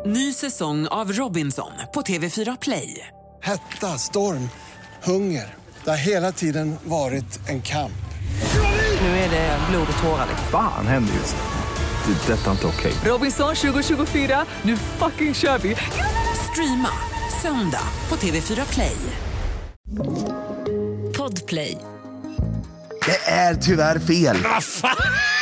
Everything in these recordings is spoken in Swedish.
Ny säsong av Robinson på TV4 Play. Hetta, storm, hunger. Det har hela tiden varit en kamp. Nu är det blod och tårar. Fan händer just nu. Det. Detta är inte okej. Robinson 2024, nu fucking kör vi. Streama söndag på TV4 Play. Podplay. Det är tyvärr fel. Vad fan?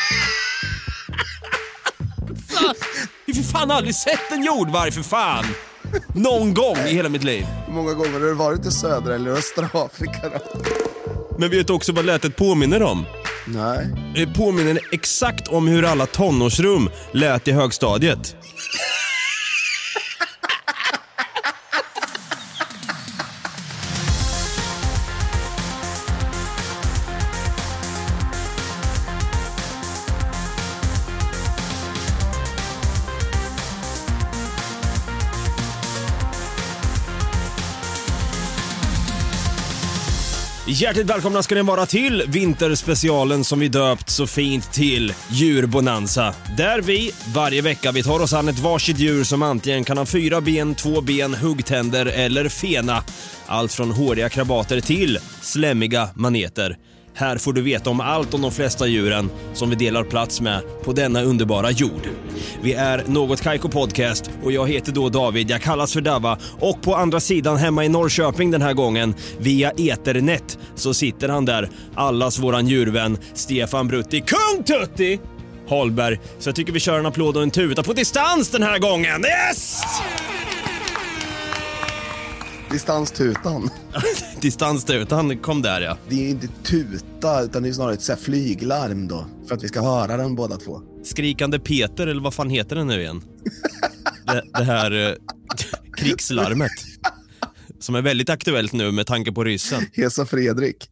Jag har för fan aldrig sett en jordvarg för fan. Någon gång i hela mitt liv. Hur många gånger har du varit i södra eller östra Afrika då? Men vet du också vad lätet påminner om? Nej. Det påminner exakt om hur alla tonårsrum lät i högstadiet. Hjärtligt välkomna ska ni vara till vinterspecialen som vi döpt så fint till Djurbonanza. Där vi varje vecka vi tar oss an ett varsitt djur som antingen kan ha 4 ben, 2 ben, huggtänder eller fena. Allt från håriga krabater till slämmiga maneter. Här får du veta om allt om de flesta djuren som vi delar plats med på denna underbara jord. Vi är Något Kaiko Podcast och jag heter då David, jag kallas för Dava. Och på andra sidan hemma i Norrköping den här gången, via Ethernet, så sitter han där, allas våran djurvän, Stefan Brutti, Kung Tutti Holberg. Så jag tycker vi kör en applåd och en tuta på distans den här gången. Yes! Distanstutan. Distanstutan kom där, ja. Det är inte tuta utan det är snarare ett så här flyglarm då. För att vi ska höra den båda två. Skrikande Peter, eller vad fan heter den nu igen? det här krigslarmet. Som är väldigt aktuellt nu med tanke på ryssen. Hesa Fredrik.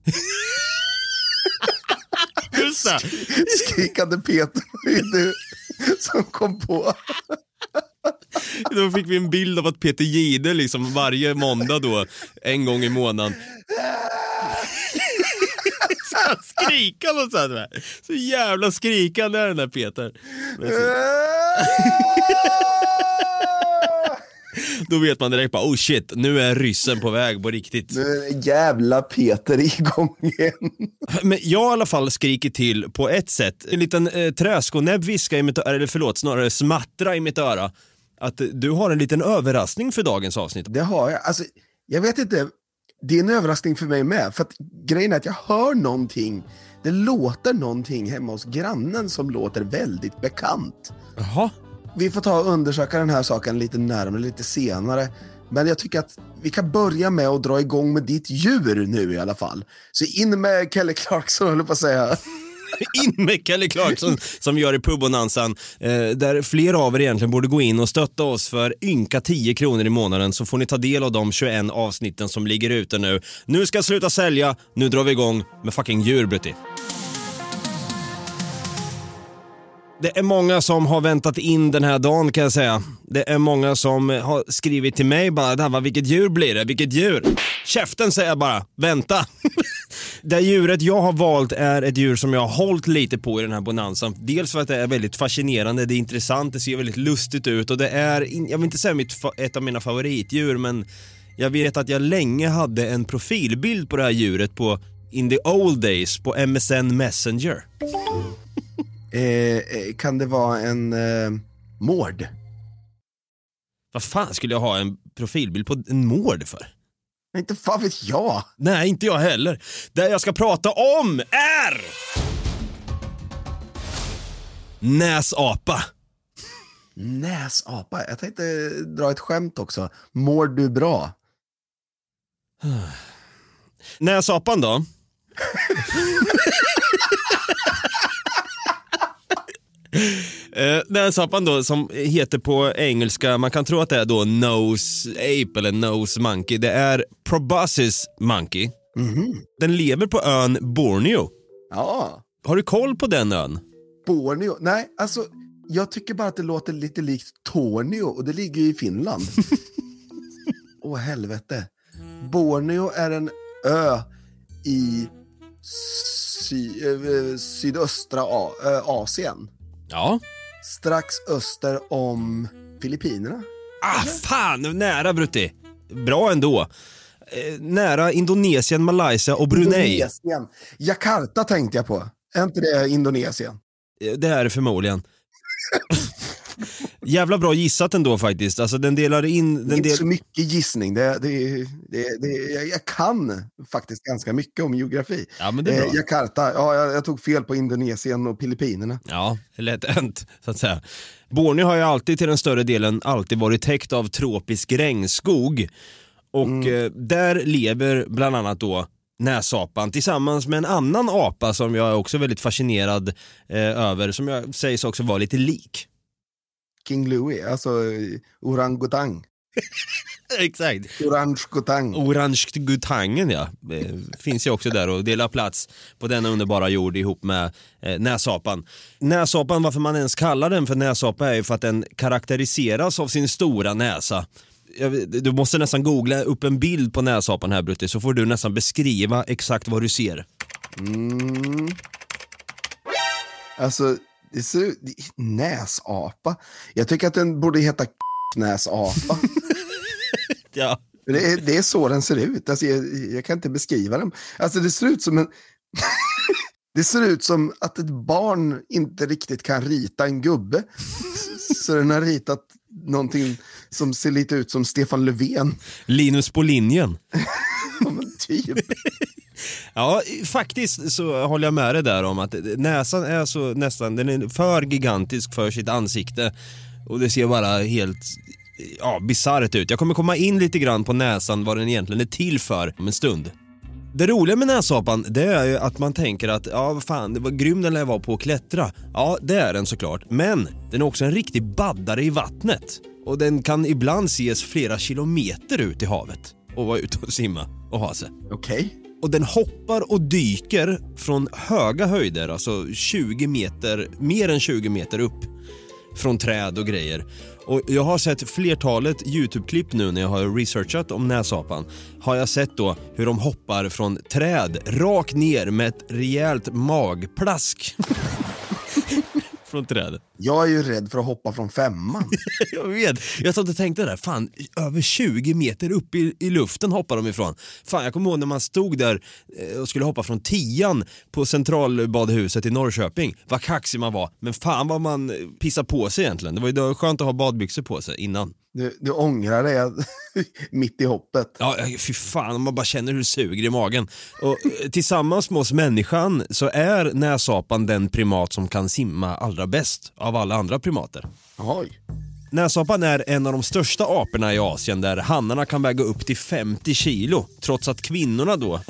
Just det. Skrikande Peter var ju du som kom på. Då fick vi en bild av att Peter Gide liksom varje måndag då, en gång i månaden, ska skrika något sånt där. Så jävla skrikande är den där Peter. Då vet man direkt bara, oh shit, nu är ryssen på väg på riktigt. Nu är jävla Peter igång igen. Men jag i alla fall skriker till på ett sätt. En liten träskonäbb viska i mitt öra, eller förlåt, snarare smattra i mitt öra. Att du har en liten överraskning för dagens avsnitt. Det har jag. Alltså, jag vet inte. Det är en överraskning för mig med. För att grejen är att jag hör någonting. Det låter någonting hemma hos grannen som låter väldigt bekant. Jaha. Vi får ta och undersöka den här saken lite närmare, lite senare. Men jag tycker att vi kan börja med att dra igång med ditt djur nu i alla fall. Så in med Kelly Clarkson, håller på att säga. In med Kelly Clarkson som gör i Pubonanzan, där flera av er egentligen borde gå in och stötta oss för ynka 10 kronor i månaden, så får ni ta del av de 21 avsnitten som ligger ute nu. Nu ska jag sluta sälja, nu drar vi igång med fucking djurbrutti. Det är många som har väntat in den här dagen, kan jag säga. Det är många som har skrivit till mig bara, vilket djur blir det? Vilket djur? Käften, säger jag bara. Vänta. Det djuret jag har valt är ett djur som jag har hållit lite på i den här bonanzan. Dels för att det är väldigt fascinerande, det är intressant, det ser väldigt lustigt ut. Och det är, jag vill inte säga ett av mina favoritdjur, men jag vet att jag länge hade en profilbild på det här djuret på In the Old Days på MSN Messenger. Kan det vara en mård? Vad fan skulle jag ha en profilbild på en mård för? Inte fan vet jag. Nej, inte jag heller. Det jag ska prata om är näsapa. Näsapa? Jag tänkte dra ett skämt också. Mår du bra? Näsapan då? Näsapan då, som heter på engelska, man kan tro att det är då nose ape eller nose monkey. Det är proboscis monkey. Den lever på ön Borneo. Ja. Har du koll på den ön? Borneo? Nej, alltså jag tycker bara att det låter lite likt Torneo och det ligger ju i Finland. Åh helvete. Borneo är en ö i sydöstra Asien. Ja. Strax öster om Filippinerna. Fan, nära Brutti. Bra ändå. Nära Indonesien, Malaysia och Brunei. Indonesien. Jakarta tänkte jag på. Är inte det Indonesien? Det är det förmodligen. Jävla bra gissat ändå faktiskt. Alltså den delar in... Inte så mycket gissning. Jag kan faktiskt ganska mycket om geografi. Ja, men det är bra. Jakarta, jag tog fel på Indonesien och Filippinerna. Ja, lätt hänt så att säga. Borneo har ju alltid till den större delen varit täckt av tropisk regnskog. Och där lever bland annat då näsapan tillsammans med en annan apa som jag är också väldigt fascinerad över, som jag sägs också vara lite lik. King Louis, alltså orangutang. Exakt. Orangutang. Orangutangen, ja. Finns ju också där och delar plats på denna underbara jord ihop med näsapan. Näsapan, varför man ens kallar den för näsapa är ju för att den karaktäriseras av sin stora näsa. Du måste nästan googla upp en bild på näsapan här, Brutti, så får du nästan beskriva exakt vad du ser. Alltså, det ser ut... Näsapa. Jag tycker att den borde heta näsapa. Ja. Det är så den ser ut. Alltså, jag kan inte beskriva den. Alltså, det ser ut som en... Det ser ut som att ett barn inte riktigt kan rita en gubbe. Så den har ritat någonting som ser lite ut som Stefan Löfven. Linus på linjen. Ja, men typ. Ja, faktiskt så håller jag med dig där om att näsan är så nästan, den är för gigantisk för sitt ansikte. Och det ser bara helt bizarrt ut. Jag kommer komma in lite grann på näsan, vad den egentligen är till för om en stund. Det roliga med näsapan, det är ju att man tänker att fan, det var grym den var på att klättra. Ja, det är den såklart. Men den är också en riktig baddare i vattnet. Och den kan ibland ses flera kilometer ut i havet och vara ute och simma och ha sig. Okej. Och den hoppar och dyker från höga höjder, alltså 20 meter, mer än 20 meter upp från träd och grejer. Och jag har sett flertalet YouTube-klipp nu när jag har researchat om näsapan. Har jag sett då hur de hoppar från träd rakt ner med ett rejält magplask. Från trädet. Jag är ju rädd för att hoppa från 5:an. Jag vet. Jag satt och tänkte där, fan, över 20 meter upp i luften hoppar de ifrån. Fan, jag kommer ihåg när man stod där och skulle hoppa från 10:an på centralbadhuset i Norrköping. Vad kaxig man var. Men fan vad man pissar på sig egentligen. Det var ju skönt att ha badbyxor på sig innan. Du ångrar dig mitt i hoppet. Ja, fy fan, man bara känner hur det suger i magen. Och tillsammans med oss människan så är näsapan den primat som kan simma allra bäst av alla andra primater. Oj. Näsapan är en av de största aporna i Asien där hannarna kan väga upp till 50 kilo. Trots att kvinnorna då,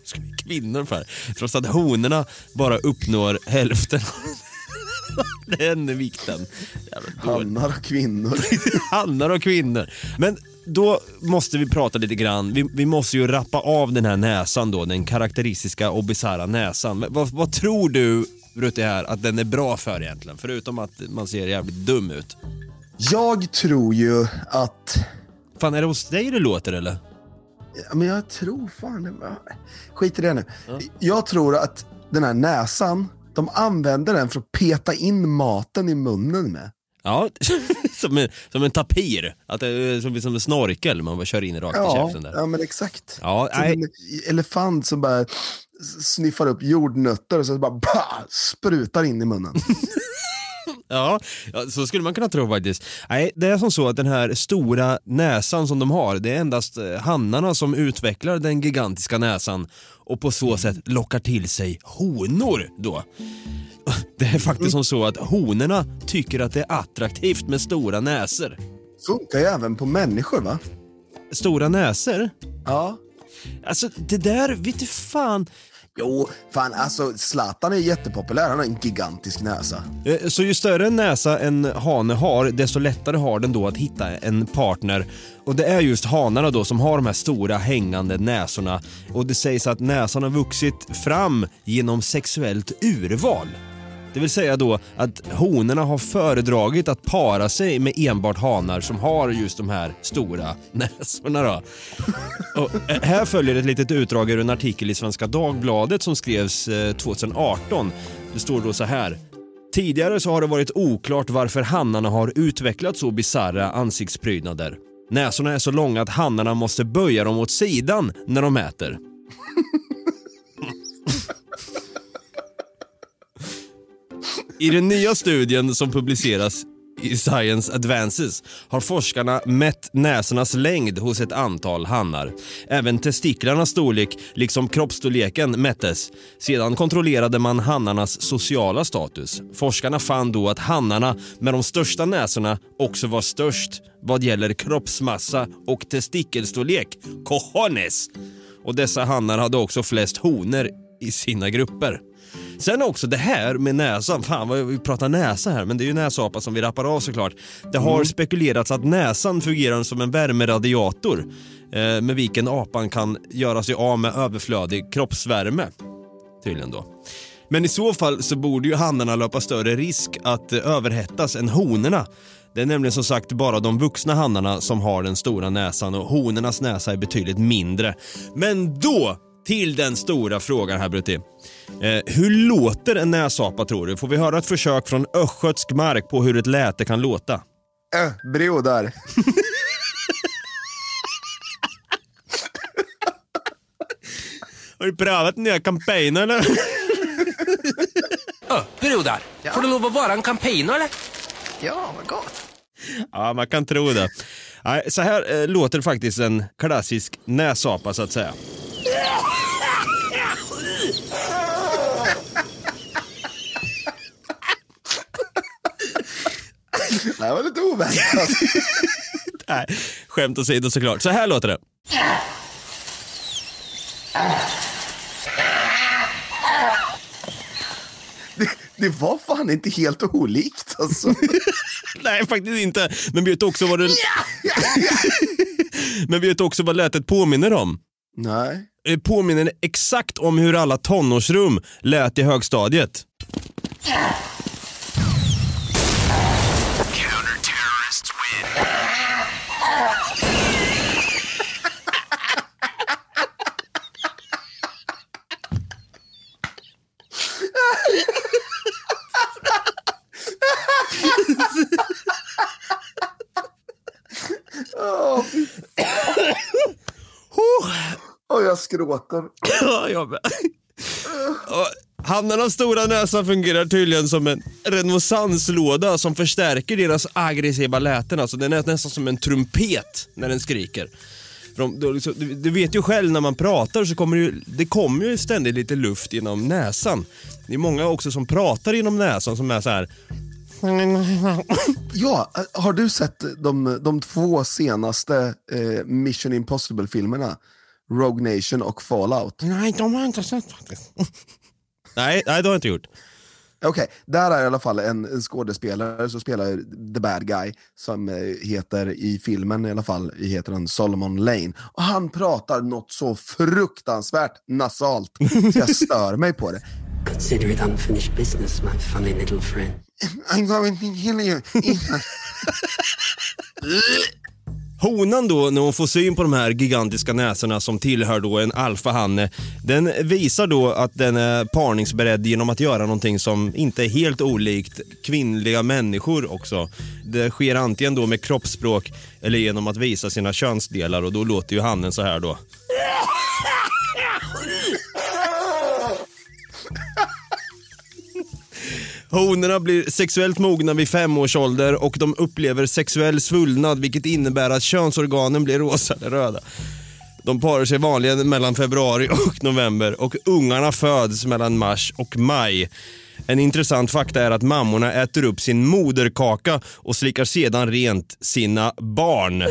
trots att honorna bara uppnår hälften. Den är vikten. Hannar och kvinnor. Hannar och kvinnor. Men då måste vi prata lite grann. Vi måste ju rappa av den här näsan då, den karaktäristiska och bizarra näsan. Vad tror du, Brutti, här att den är bra för egentligen? Förutom att man ser jävligt dum ut. Jag tror ju att... Fan, är det hos dig det låter eller? Ja, men jag tror fan... Skit i det nu. Ja. Jag tror att den här näsan, de använder den för att peta in maten i munnen med. Ja, som en tapir. Att det är som en snorkel man bara kör in rakt i käften där. Ja, men exakt. Ja, som en elefant som bara sniffar upp jordnötter och så bara sprutar in i munnen. Ja, så skulle man kunna tro faktiskt. Nej, det är som så att den här stora näsan som de har, det är endast hannarna som utvecklar den gigantiska näsan och på så sätt lockar till sig honor då. Det är faktiskt som så att honorna tycker att det är attraktivt med stora näsor. Funkar ju även på människor, va? Stora näsor? Ja. Alltså, det där, vet du fan... Jo, fan, alltså Zlatan är jättepopulär, han har en gigantisk näsa. Så ju större näsa en hane har, desto lättare har den då att hitta en partner. Och det är just hanarna då som har de här stora hängande näsorna. Och det sägs att näsan har vuxit fram genom sexuellt urval. Det vill säga då att honorna har föredragit att para sig med enbart hanar som har just de här stora näsorna då. Och här följer ett litet utdrag ur en artikel i Svenska Dagbladet som skrevs 2018. Det står då så här: Tidigare så har det varit oklart varför hannarna har utvecklat så bizarra ansiktsprydnader. Näsorna är så långa att hannarna måste böja dem åt sidan när de äter. I den nya studien som publiceras i Science Advances har forskarna mätt näsornas längd hos ett antal hannar. Även testiklarnas storlek liksom kroppsstorleken mättes. Sedan kontrollerade man hannarnas sociala status. Forskarna fann då att hannarna med de största näsorna också var störst vad gäller kroppsmassa och testikelstorlek. Cojones! Och dessa hannar hade också flest honor i sina grupper. Sen också det här med näsan, fan vad vi pratar näsa här, men det är ju näsapa som vi rappar av såklart. Det har spekulerats att näsan fungerar som en värmeradiator med vilken apan kan göra sig av med överflödig kroppsvärme, tydligen då. Men i så fall så borde ju hannarna löpa större risk att överhettas än honorna. Det är nämligen som sagt bara de vuxna hannarna som har den stora näsan och honornas näsa är betydligt mindre. Men då till den stora frågan här, Brutti. Hur låter en näsapa, tror du? Får vi höra ett försök från östgötsk mark på hur ett läte kan låta? Brodar. Har du prövat nya campaigner eller? Brodar, får du lov att vara en campaigner eller? Ja, vad gott. Ja, man kan tro det. Nej, så här låter faktiskt en klassisk näsapa så att säga. Det här var lite oväntat. Nej, skämt åsido såklart. Så här låter det. Det var fan inte helt olikt alltså. Nej, faktiskt inte. Men vet också vad det... Men vet också vad lätet påminner om? Nej. Det påminner exakt om hur alla tonårsrum lät i högstadiet. Counter-terrorists win. Och jag skråter. Ja, jag med. Hannarnas stora näsa fungerar tydligen som en renesanslåda som förstärker deras aggressiva läten. Alltså den är nästan som en trumpet när den skriker. Du vet ju själv när man pratar så kommer ju ständigt lite luft genom näsan. Det är många också som pratar genom näsan som är så här. Ja, har du sett de två senaste Mission Impossible-filmerna? Rogue Nation och Fallout? Nej, de har inte sett faktiskt. Nej, det har jag inte gjort. Okej, där är i alla fall en skådespelare som spelar the bad guy som heter i filmen i alla fall heter han Solomon Lane. Och han pratar något så fruktansvärt nasalt så jag stör mig på det. Consider it unfinished business, my funny little friend. I'm going to kill you. Honan då, när hon får syn på de här gigantiska näsorna som tillhör då en alfahanne, den visar då att den är parningsberedd genom att göra någonting som inte är helt olikt kvinnliga människor också. Det sker antingen då med kroppsspråk eller genom att visa sina könsdelar och då låter ju hannen så här då. Honorna blir sexuellt mogna vid 5 års ålder och de upplever sexuell svullnad, vilket innebär att könsorganen blir rosa eller röda. De parar sig vanligen mellan februari och november och ungarna föds mellan mars och maj. En intressant fakta är att mammorna äter upp sin moderkaka och slickar sedan rent sina barn.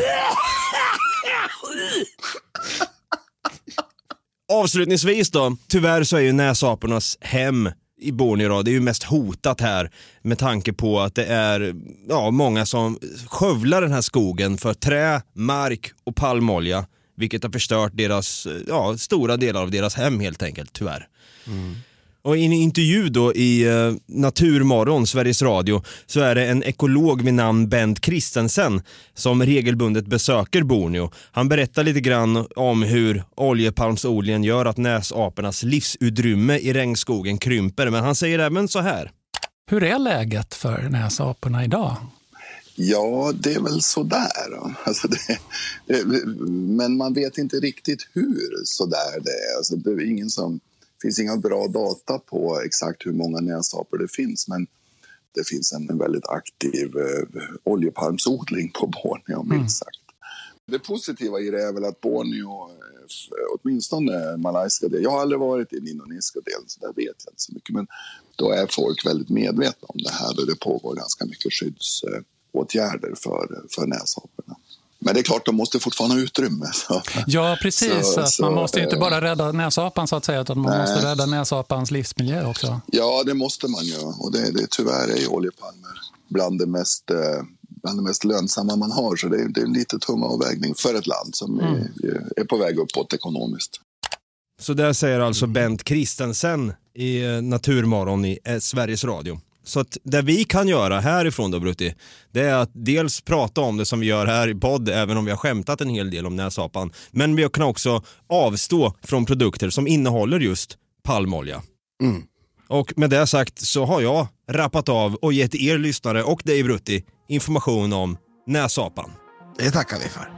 Avslutningsvis då, tyvärr så är ju näsapornas hem i Borneo, det är ju mest hotat här med tanke på att det är många som skövlar den här skogen för trä, mark och palmolja, vilket har förstört deras stora delar av deras hem helt enkelt, tyvärr. Och i en intervju då i Naturmorgon, Sveriges Radio, så är det en ekolog vid namn Bent Christensen som regelbundet besöker Borneo. Han berättar lite grann om hur oljepalmsodlingen gör att näsapornas livsutrymme i regnskogen krymper. Men han säger även så här. Hur är läget för näsaporna idag? Ja, det är väl sådär. Alltså men man vet inte riktigt hur sådär det är. Alltså det finns inga bra data på exakt hur många näsapor det finns. Men det finns en väldigt aktiv oljepalmsodling på Borneo, minst sagt. Det positiva i det är väl att Borneo, åtminstone malaysiska del, jag har aldrig varit i den indonesiska delen så där vet jag inte så mycket, men då är folk väldigt medvetna om det här och det pågår ganska mycket skyddsåtgärder för näsaporna. Men det är klart, de måste fortfarande ha utrymme. Så. Ja, precis. Man måste ju inte bara rädda näsapan så att säga, utan man måste rädda näsapans livsmiljö också. Ja, det måste man göra. Och det tyvärr är ju oljepalmer bland det mest lönsamma man har. Så det är en lite tung avvägning för ett land som är på väg uppåt ekonomiskt. Så där säger alltså Bent Kristensen i Naturmorgon i Sveriges Radio. Så att det vi kan göra härifrån då, Brutti, det är att dels prata om det som vi gör här i podd, även om vi har skämtat en hel del om näsapan. Men vi kan också avstå från produkter som innehåller just palmolja. Mm. Och med det sagt så har jag rappat av och gett er lyssnare och dig, Brutti, information om näsapan. Det tackar vi för.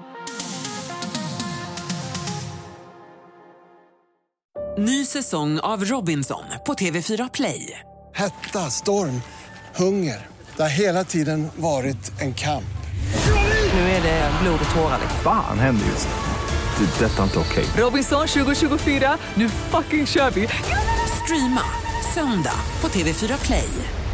Ny säsong av Robinson på TV4 Play. Hetta, storm, hunger. Det har hela tiden varit en kamp. Nu är det blod och tårar. Fan händer just det. Det är detta inte okej. Robinson 2024, nu fucking kör vi. Streama söndag på TV4 Play.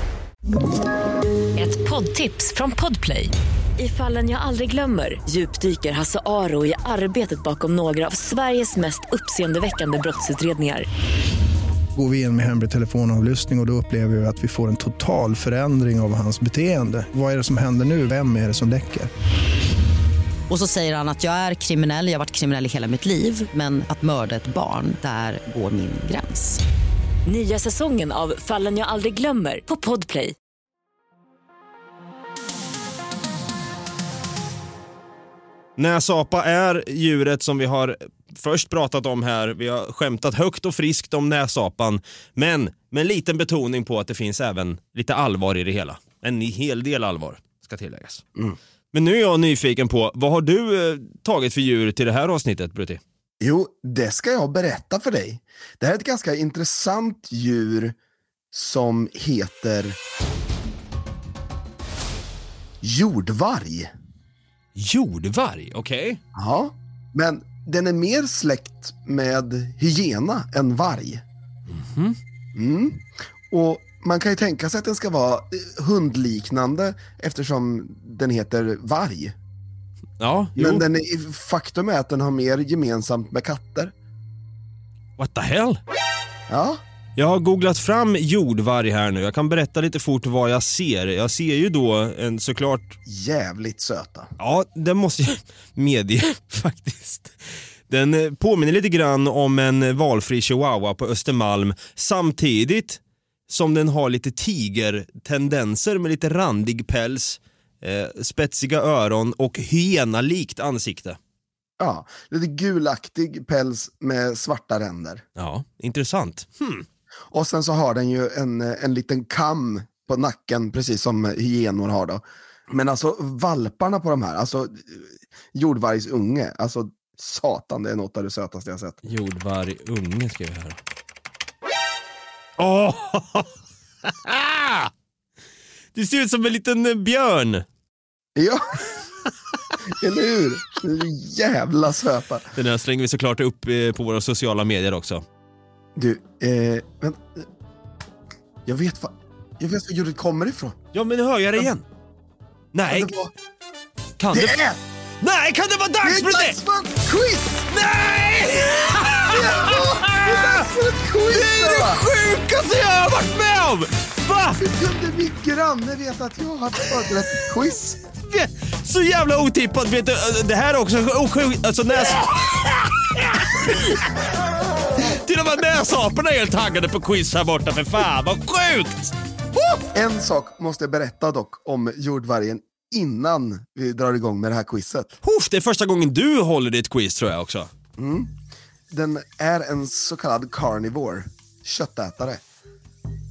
Ett poddtips från Podplay. I Fallen jag aldrig glömmer djupdyker Hasse Aro i arbetet bakom några av Sveriges mest uppseendeväckande brottsutredningar. Går vi in med hemlig telefonavlyssning och då upplever vi att vi får en total förändring av hans beteende. Vad är det som händer nu? Vem är det som läcker? Och så säger han att jag är kriminell, jag har varit kriminell i hela mitt liv. Men att mörda ett barn, där går min gräns. Nya säsongen av Fallen jag aldrig glömmer på Podplay. Näsapa är djuret som vi har först pratat om här. Vi har skämtat högt och friskt om näsapan. Men med en liten betoning på att det finns även lite allvar i det hela. En hel del allvar ska tilläggas. Men nu är jag nyfiken på, vad har du tagit för djur till det här avsnittet, Brutti? Jo, det ska jag berätta för dig. Det här är ett ganska intressant djur som heter jordvarg. Jordvarg, okej. Ja, men den är mer släkt med hyena än varg. Och man kan ju tänka sig att den ska vara hundliknande eftersom den heter varg. Ja, jo. Men faktum är att den har mer gemensamt med katter. What the hell? Ja. Jag har googlat fram jordvarg här nu. Jag kan berätta lite fort vad jag ser. Jag ser ju då såklart... jävligt söta. Ja, det måste jag medge faktiskt. Den påminner lite grann om en valfri chihuahua på Östermalm. Samtidigt som den har lite tigertendenser med lite randig päls, spetsiga öron och hyena-likt ansikte. Ja, lite gulaktig päls med svarta ränder. Ja, intressant. Och sen så har den ju en liten kam på nacken, precis som hyenor har då. Men alltså valparna på de här, alltså jordvargs unge, alltså satan, det är något av det sötaste jag sett. Jordvarg unge ska vi höra. Åh! Det ser ut som en liten björn. Ja, eller hur? Det är jävla söta. Den här slänger vi såklart upp på våra sociala medier också. Du, men jag vet var ljudet kommer ifrån. Ja, men nu hör jag det igen. Nej. Kan det vara... Nej, kan det vara dags för det? Det är dags för ett quiz! Nej! Det är dags för ett quiz! Det är det sjukaste jag har varit med om! Va? Hur kunde min granne veta att jag har förberett ett quiz? Så jävla otippat, vet du. Det här är också osjukt. Alltså till och med näsaporna är helt taggade på quiz här borta, för fan, vad sjukt! En sak måste jag berätta dock om jordvargen innan vi drar igång med det här quizet. Det är första gången du håller ditt quiz, tror jag också. Den är en så kallad carnivore, köttätare.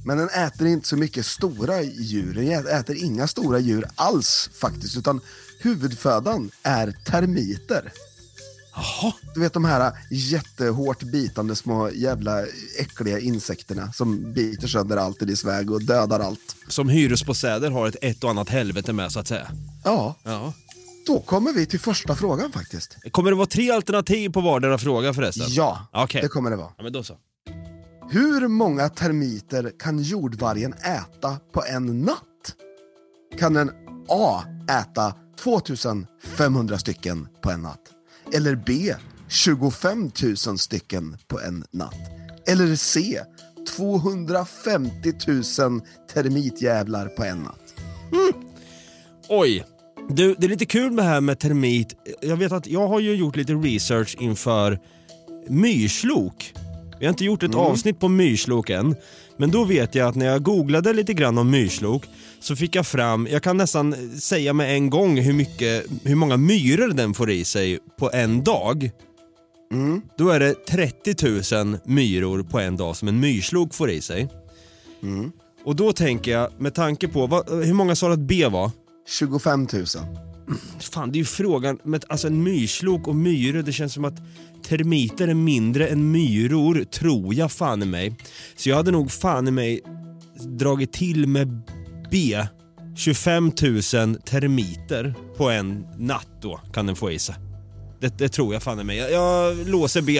Men den äter inte så mycket stora djur. Den äter inga stora djur alls faktiskt. Utan huvudfödan är termiter. Jaha. Du vet de här jättehårt bitande små jävla äckliga insekterna som biter sönder allt i dess väg och dödar allt. Som hyresbostäder har ett och annat helvete med så att säga. Ja. Då kommer vi till första frågan faktiskt. Kommer det vara 3 alternativ på vardera fråga förresten? Ja, okay. Det kommer det vara. Ja, men då så. Hur många termiter kan jordvargen äta på en natt? Kan den A. äta 2500 stycken på en natt? Eller B. 25 000 stycken på en natt? Eller C. 250 000 termitjävlar på en natt? Oj. Du, det är lite kul med det här med termit. Jag vet att jag har ju gjort lite research inför myrslok. Vi har inte gjort ett avsnitt på myrslok än. Men då vet jag att när jag googlade lite grann om myrslok så fick jag fram, jag kan nästan säga med en gång hur många myror den får i sig på en dag. Då är det 30 000 myror på en dag som en myrslok får i sig. Och då tänker jag, med tanke på, hur många sa att B var? 25 000. Fan, det är ju frågan, men alltså en myrslok och myror, det känns som att termiter är mindre än myror, tror jag fan i mig. Så jag hade nog fan i mig dragit till med B. 25 000 termiter på en natt då kan den få i sig. Det tror jag fan i mig. Jag låser B.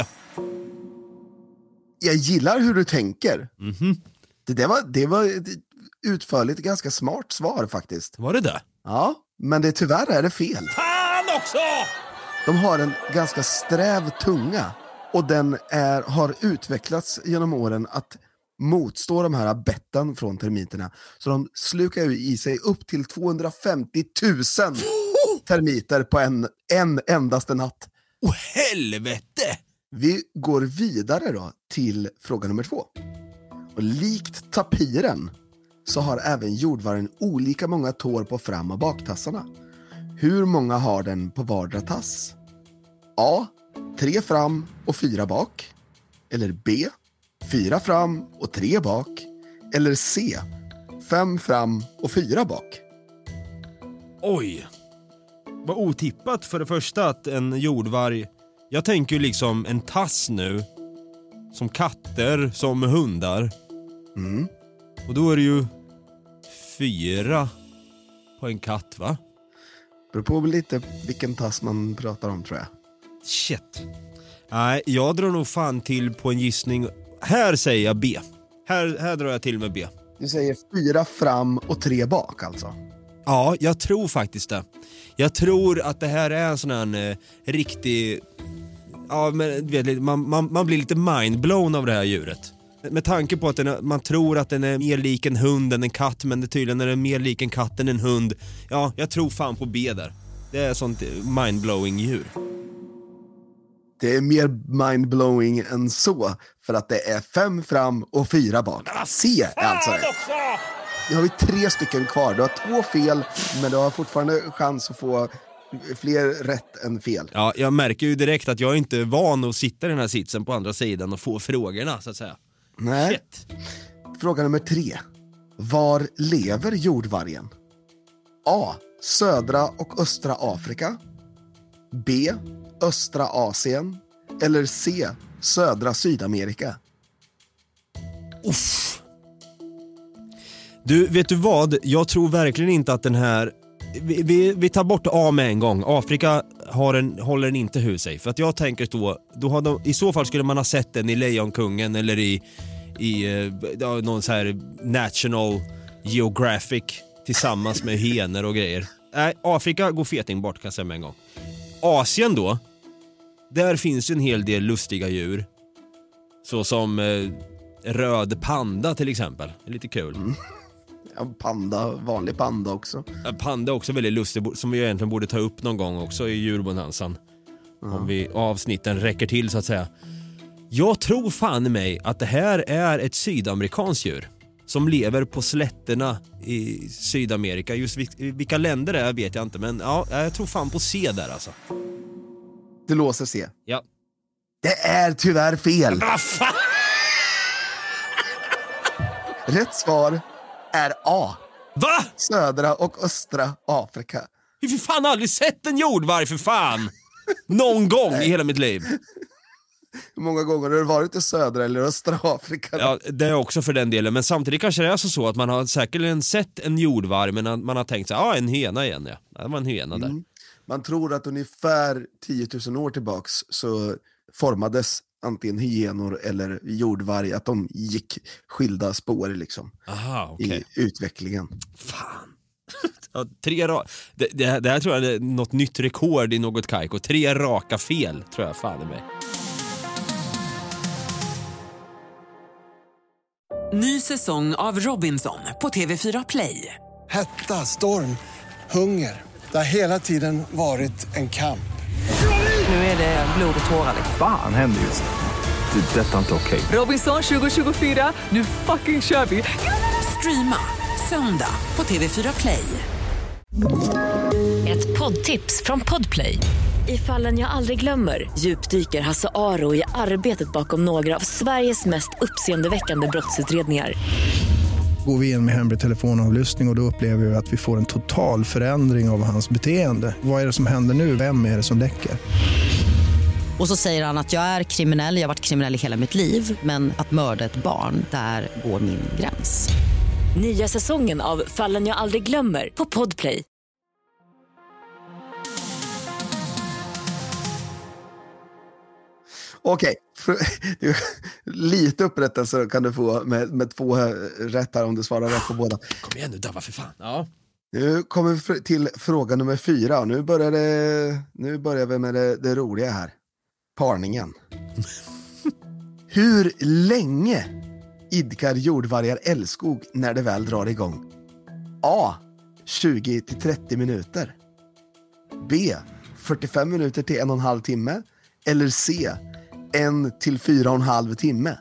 Jag gillar hur du tänker. Det var ett utförligt, ganska smart svar faktiskt. Var det det? Ja, men tyvärr är det fel. Fan också! De har en ganska sträv tunga och den har utvecklats genom åren att motstå de här betten från termiterna. Så de slukar ju i sig upp till 250 000 termiter på en endaste natt. Åh helvete! Vi går vidare då till fråga nummer 2. Och likt tapiren så har även jordvargen olika många tår på fram- och baktassarna. Hur många har den på vardera tass? A. 3 fram och 4 bak. Eller B. 4 fram och 3 bak. Eller C. 5 fram och 4 bak. Oj. Vad otippat för det första att en jordvarg... Jag tänker ju liksom en tass nu. Som katter, som hundar. Och då är det ju 4 på en katt, va? Beror på lite vilken tass man pratar om, tror jag. Shit. Nej, jag drar nog fan till på en gissning. Här säger jag B. Här drar jag till med B. Du säger 4 fram och 3 bak alltså? Ja, jag tror faktiskt det. Jag tror att det här är en sån här riktig... Ja, men vet, man blir lite mindblown av det här djuret. Med tanke på att man tror att den är mer lik en hund än en katt, men det tydligen är den mer lik en katt än en hund. Ja, jag tror fan på B där. Det är sånt mindblowing djur. Det är mer mindblowing än så, för att det är 5 fram och 4 bak. C är alltså det. Nu har vi 3 stycken kvar. Du har 2 fel, men du har fortfarande chans att få fler rätt än fel. Ja, jag märker ju direkt att jag är inte van att sitta i den här sitsen på andra sidan och få frågorna, så att säga. Nej. Shit. Fråga nummer 3. Var lever jordvargen? A. Södra och östra Afrika. B. Östra Asien. Eller C. Södra Sydamerika. Uff. Du, vet du vad? Jag tror verkligen inte att den här... Vi tar bort A med en gång. Afrika håller den inte hus sig. För att jag tänker då har i så fall skulle man ha sett den i Lejonkungen eller i någon så här National Geographic tillsammans med hyenor och grejer. Nej, Afrika går feting bort, kan jag säga med en gång. Asien då, där finns ju en hel del lustiga djur. Så som röd panda till exempel. Det är lite kul. Ja, panda, vanlig panda också. Panda också väldigt lustig, som vi egentligen borde ta upp någon gång också i djurbonanzan. Om vi avsnitten räcker till, så att säga. Jag tror fan i mig att det här är ett sydamerikanskt djur som lever på slätterna i Sydamerika. Just vilka länder det är vet jag inte, men ja, jag tror fan på C där alltså. Du låser C. Ja. Det är tyvärr fel. Rätt svar är A. Va? Södra och östra Afrika. Jag har för fan aldrig sett en jordvarg för fan. Någon gång i hela mitt liv. Hur många gånger har du varit i södra eller östra Afrika? Ja, det är också för den delen. Men samtidigt kanske det är så att man har säkerligen sett en jordvarg, men man har tänkt sig, en hyena igen. Ja, det var en hyena där. Man tror att ungefär 10 000 år tillbaks så formades antingen hyenor eller jordvarg, att de gick skilda spår liksom. Aha, okay. I utvecklingen. Fan. Ja, det här tror jag är något nytt rekord i något kajko. 3 raka fel tror jag fan är mig. Ny säsong av Robinson på TV4 Play. Hetta, storm, hunger. Det har hela tiden varit en kamp. Nu är det blod och tårar. Fan händer just det. Det är detta inte okej. Robinson 2024, nu fucking kör vi. Streama söndag på TV4 Play. Ett poddtips från Podplay. I Fallen jag aldrig glömmer djupdyker Hasse Aro i arbetet bakom några av Sveriges mest uppseendeväckande brottsutredningar. Går vi in med hemlig telefonavlyssning och då upplever vi att vi får en total förändring av hans beteende. Vad är det som händer nu? Vem är det som läcker? Och så säger han att jag är kriminell, jag har varit kriminell i hela mitt liv. Men att mörda ett barn, där går min gräns. Nya säsongen av Fallen jag aldrig glömmer på Podplay. Okej, lite upprättelse kan du få med 2 rätt här om du svarar rätt på båda. Kom igen nu, Dabba, för fan. Ja. Nu kommer vi till fråga nummer 4. Nu börjar vi med det roliga här. Parningen. Hur länge idkar jordvargar älskog när det väl drar igång? A. 20-30 minuter. B. 45 minuter till 1,5 timme. Eller C. 1 till 4,5 timme.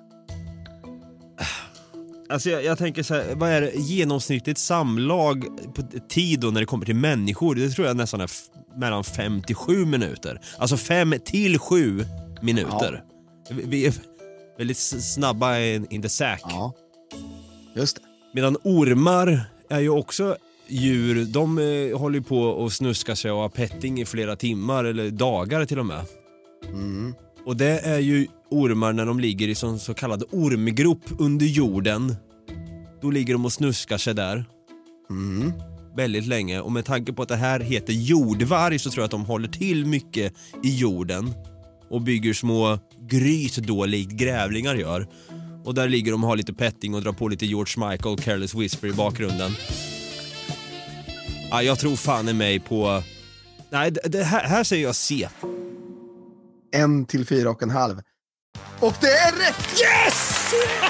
Alltså jag tänker så här, vad är det genomsnittligt samlag på tid då när det kommer till människor? Det tror jag nästan är mellan 5 till 7 minuter. Alltså 5 till 7 minuter. Ja. Vi är väldigt snabba in the sack. Ja, just det. Medan ormar är ju också djur. De håller på och snuskar sig och har petting i flera timmar eller dagar till och med. Mm. Och det är ju ormar när de ligger i så kallad ormgrop under jorden. Då ligger de och snuskar sig där. Väldigt länge. Och med tanke på att det här heter jordvarg så tror jag att de håller till mycket i jorden. Och bygger små gryt då likt grävlingar gör. Och där ligger de och har lite petting och drar på lite George Michael, Careless Whisper i bakgrunden. Ja, jag tror fan är mig på... Nej, det här säger jag C. 1 till 4,5. Och det är rätt! Yes!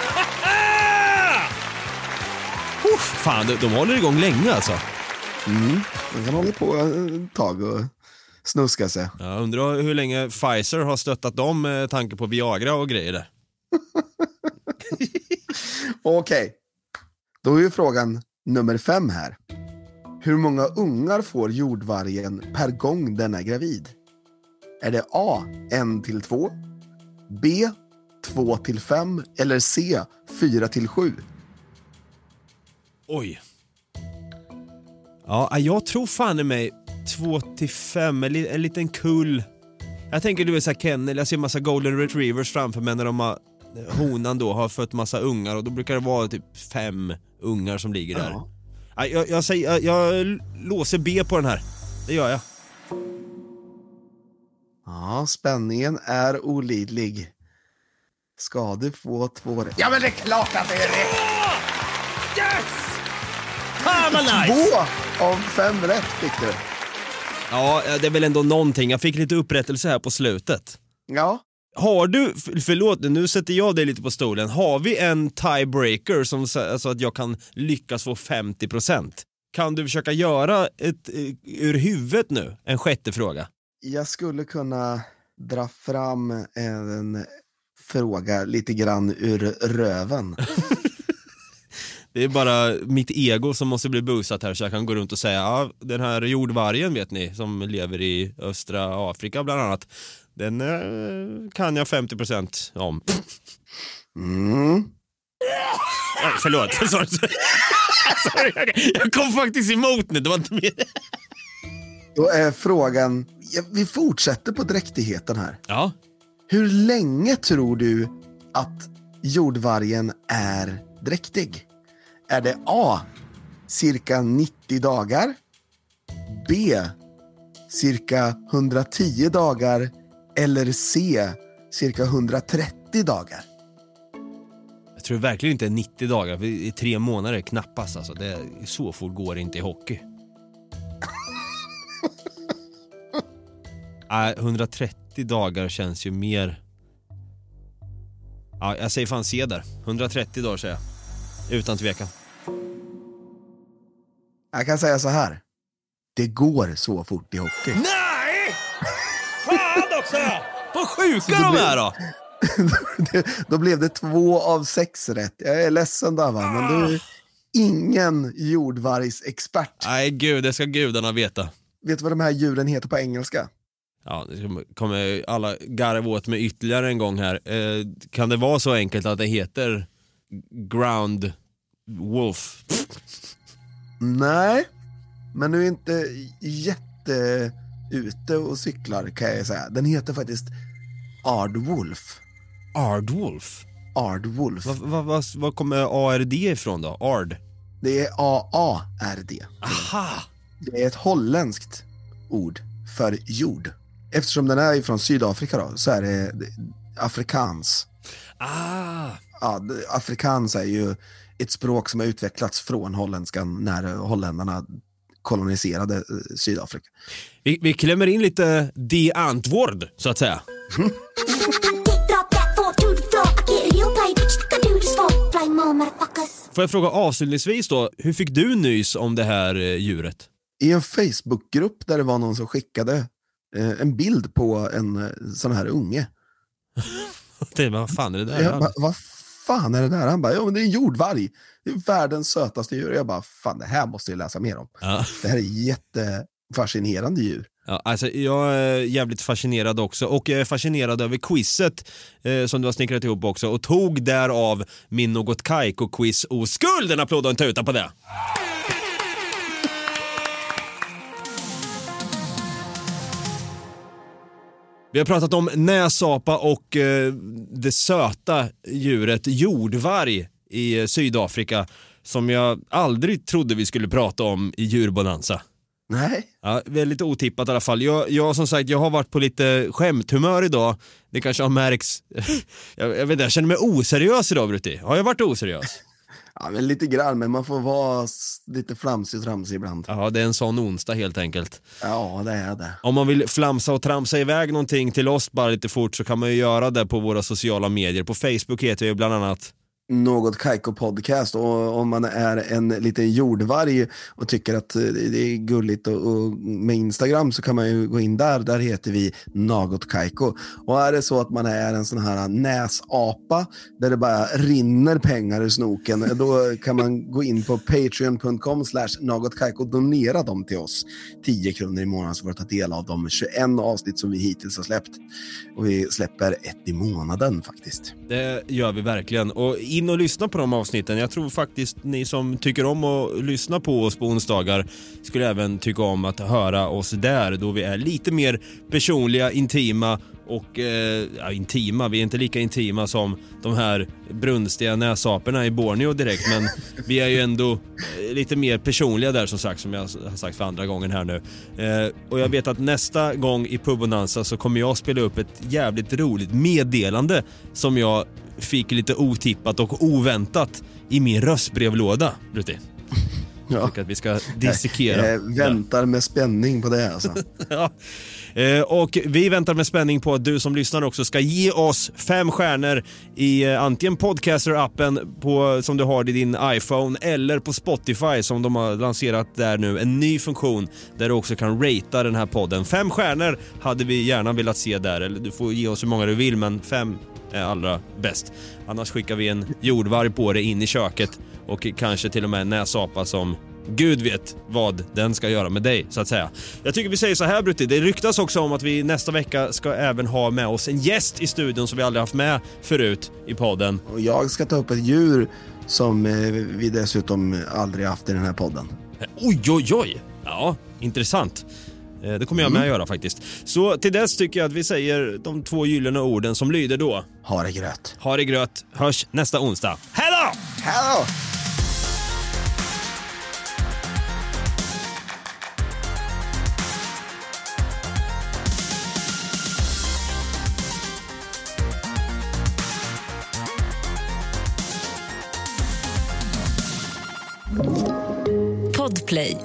Fan, de håller igång länge alltså. De kan hålla på ett tag och snuska sig. Jag undrar hur länge Pfizer har stöttat dem med tanke på Viagra och grejer där. Okej. Då är ju frågan nummer 5 här. Hur många ungar får jordvargen per gång den är gravid? Är det A, 1 till 2, B, 2 till 5 eller C, 4 till 7? Oj. Ja, jag tror fan i mig 2 till 5, en liten kull. Jag tänker du är så här Kennel, jag ser massa golden retrievers framför mig när de har, honan då har fött massa ungar och då brukar det vara typ 5 ungar som ligger där. Ja. Jag låser B på den här. Det gör jag. Ja, spänningen är olidlig. Ska du få 2 rätt? Ja, men det är klart att det är rätt! Yes! Ah, vad nice! 2 av 5 rätt fick du. Ja, det är väl ändå någonting. Jag fick lite upprättelse här på slutet. Ja. Har du, förlåt, nu sätter jag dig lite på stolen. Har vi en tiebreaker som så att jag kan lyckas få 50%? Kan du försöka göra ett ur huvudet nu? En sjätte fråga. Jag skulle kunna dra fram en fråga lite grann ur röven. Det är bara mitt ego som måste bli boostat här så jag kan gå runt och säga ja, den här jordvargen vet ni som lever i östra Afrika bland annat. Den kan jag 50% om. Förlåt. Jag kom faktiskt emot nu. Det var inte mer. Då är frågan, vi fortsätter på dräktigheten här. Ja. Hur länge tror du att jordvargen är dräktig? Är det A, cirka 90 dagar? B, cirka 110 dagar? Eller C, cirka 130 dagar? Jag tror verkligen inte 90 dagar. I 3 månader knappast. Alltså. Så fort går det inte i hockey. 130 dagar känns ju mer... Ja, jag säger fan C där. 130 dagar säger jag. Utan tvekan. Jag kan säga så här. Det går så fort i hockey. Nej! Fan också! Vad sjuka de är då! Då blev det 2 av 6 rätt. Jag är ledsen där, va? Men du är ingen jordvargsexpert. Nej, gud, det ska gudarna veta. Vet du vad de här djuren heter på engelska? Ja, det kommer alla garva åt med ytterligare en gång här. Kan det vara så enkelt att det heter ground wolf? Nej, men du är inte jätte ute och cyklar, kan jag säga. Den heter faktiskt Aardwolf. Aardwolf? Aardwolf. Vad kommer ARD ifrån då? Ard? Det är AARD. Aha! Det är ett holländskt ord för jord. Eftersom den är ifrån Sydafrika då, så är det afrikaans. Ja, afrikaans är ju ett språk som har utvecklats från holländskan när holländarna koloniserade Sydafrika. Vi klämmer in lite de antword, så att säga. Får jag fråga avslutningsvis då, hur fick du nys om det här djuret? I en Facebookgrupp där det var någon som skickade en bild på en sån här unge. Vad fan är det där? Vad fan är det där? Han bara, ja men det är en jordvarg. Det är världens sötaste djur. Jag bara, fan det här måste jag läsa mer om. Ja. Det här är jättefascinerande djur. Ja, alltså jag är jävligt fascinerad också. Och jag är fascinerad över quizet som du har snickrat ihop också. Och tog därav min Något Kaiko-quiz oskuld. En applåd och en tuta på det. Vi har pratat om näsapa och det söta djuret jordvarg i Sydafrika som jag aldrig trodde vi skulle prata om i djurbonanza. Nej. Ja, väldigt otippat i alla fall. Jag som sagt, jag har varit på lite skämthumör idag. Det kanske har märks. Jag vet inte, jag känner mig oseriös idag, Brutti. Har jag varit oseriös? Ja, men lite grann, men man får vara lite flamsig och tramsig ibland. Ja, det är en sån onsdag helt enkelt. Ja, det är det. Om man vill flamsa och tramsa iväg någonting till oss bara lite fort så kan man ju göra det på våra sociala medier. På Facebook heter vi bland annat Något Kaiko podcast, och om man är en liten jordvarg och tycker att det är gulligt och med Instagram så kan man ju gå in där heter vi Något Kaiko. Och är det så att man är en sån här näsapa där det bara rinner pengar ur snoken, då kan man gå in på patreon.com/nagotkaiko och donera dem till oss. 10 kronor i månaden så får du ta del av de 21 avsnitt som vi hittills har släppt. Och vi släpper 1 i månaden faktiskt. Det gör vi verkligen. Och in och lyssna på de avsnitten. Jag tror faktiskt ni som tycker om att lyssna på oss på onsdagar skulle även tycka om att höra oss där, då vi är lite mer personliga, intima och intima, vi är inte lika intima som de här brunstiga näsaperna i Borneo direkt, men vi är ju ändå lite mer personliga där som sagt, som jag har sagt för andra gången här nu. Och jag vet att nästa gång i Pubonanza så kommer jag spela upp ett jävligt roligt meddelande som jag fick lite otippat och oväntat i min röstbrevlåda, Brutti. Jag tycker att vi ska dissekera. Jag väntar med spänning på det alltså. Ja. Och vi väntar med spänning på att du som lyssnar också ska ge oss 5 stjärnor i antingen Podcaster-appen som du har i din iPhone eller på Spotify som de har lanserat där nu. En ny funktion där du också kan ratea den här podden. 5 stjärnor hade vi gärna velat se där. Eller du får ge oss hur många du vill, men 5 är allra bäst. Annars skickar vi en jordvarg på det in i köket och kanske till och med en näsapa som Gud vet vad den ska göra med dig, så att säga. Jag tycker vi säger så här, Brutti. Det ryktas också om att vi nästa vecka ska även ha med oss en gäst i studion som vi aldrig haft med förut i podden. Och jag ska ta upp ett djur som vi dessutom aldrig haft i den här podden. Oj. Ja, intressant. Det kommer jag med att göra faktiskt. Så till dess tycker jag att vi säger de 2 gyllene orden som lyder då. Ha det gröt. Ha det gröt. Hörs nästa onsdag. Hej då! Hej då! Podplay.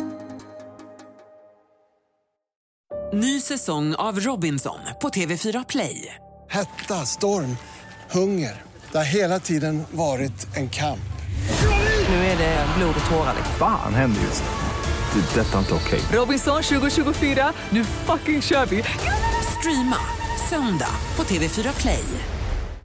Ny säsong av Robinson på TV4 Play. Hetta, storm, hunger. Det har hela tiden varit en kamp. Nu är det blod och tårar. Fan händer just det. Det är detta inte okej. Robinson 2024, nu fucking kör vi. Streama söndag på TV4 Play.